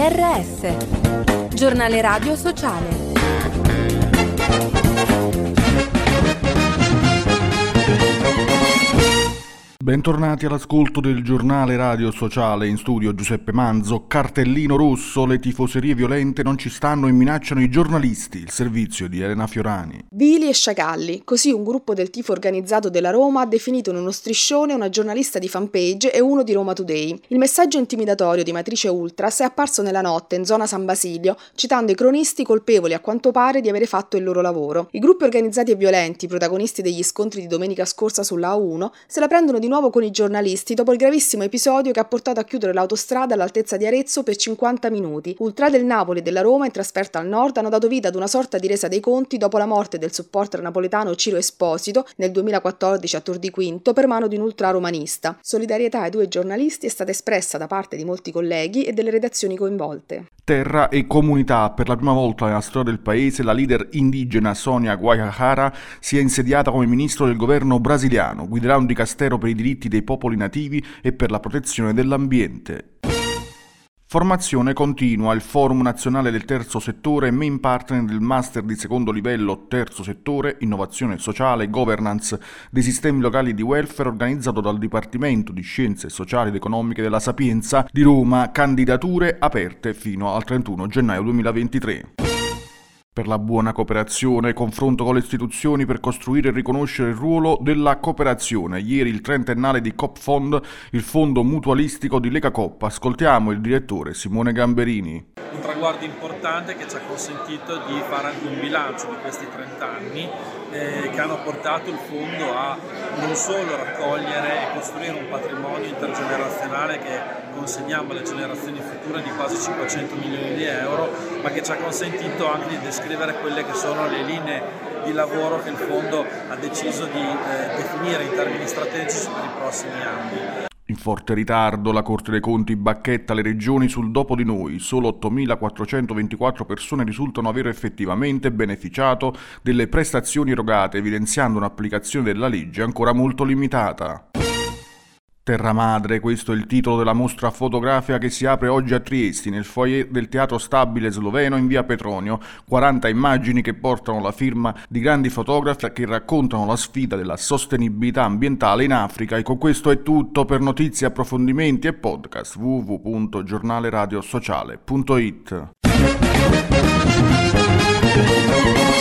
GRS, Giornale Radio Sociale. Bentornati all'ascolto del Giornale Radio Sociale. In studio Giuseppe Manzo. Cartellino rosso, le tifoserie violente non ci stanno e minacciano i giornalisti. Il servizio di Elena Fiorani. Vili e sciacalli, così un gruppo del tifo organizzato della Roma ha definito in uno striscione una giornalista di fanpage e uno di Roma Today. Il messaggio intimidatorio di matrice Ultras è apparso nella notte in zona San Basilio, citando i cronisti colpevoli a quanto pare di avere fatto il loro lavoro. I gruppi organizzati e violenti, protagonisti degli scontri di domenica scorsa sulla A1, se la prendono di nuovo con i giornalisti dopo il gravissimo episodio che ha portato a chiudere l'autostrada all'altezza di Arezzo per 50 minuti. Ultra del Napoli e della Roma, in trasferta al nord, hanno dato vita ad una sorta di resa dei conti dopo la morte del supporter napoletano Ciro Esposito nel 2014 a Tor di Quinto per mano di un ultraromanista. Solidarietà ai due giornalisti è stata espressa da parte di molti colleghi e delle redazioni coinvolte. Terra e comunità. Per la prima volta nella storia del paese la leader indigena Sonia Guajajara si è insediata come ministro del governo brasiliano. Guiderà un dicastero per i diritti dei popoli nativi e per la protezione dell'ambiente. Formazione continua. Il Forum Nazionale del Terzo Settore è main partner del Master di secondo livello Terzo Settore, Innovazione Sociale e Governance dei Sistemi Locali di Welfare, organizzato dal Dipartimento di Scienze Sociali ed Economiche della Sapienza di Roma. Candidature aperte fino al 31 gennaio 2023. Per la buona cooperazione, confronto con le istituzioni per costruire e riconoscere il ruolo della cooperazione. Ieri il trentennale di Coop Fond, il fondo mutualistico di Lega Coop. Ascoltiamo il direttore Simone Gamberini. Un traguardo importante che ci ha consentito di fare anche un bilancio di questi 30 anni che hanno portato il fondo a non solo raccogliere e costruire un patrimonio intergenerazionale che consegniamo alle generazioni future di quasi 500 milioni di euro, ma che ci ha consentito anche di descrivere quelle che sono le linee di lavoro che il fondo ha deciso di definire in termini strategici per i prossimi anni. In forte ritardo la Corte dei Conti bacchetta le regioni sul dopo di noi. Solo 8.424 persone risultano aver effettivamente beneficiato delle prestazioni erogate, evidenziando un'applicazione della legge ancora molto limitata. Terra Madre, questo è il titolo della mostra fotografica che si apre oggi a Trieste, nel foyer del Teatro Stabile Sloveno in via Petronio. 40 immagini che portano la firma di grandi fotografi che raccontano la sfida della sostenibilità ambientale in Africa. E con questo è tutto. Per notizie, approfondimenti e podcast www.giornaleradiosociale.it.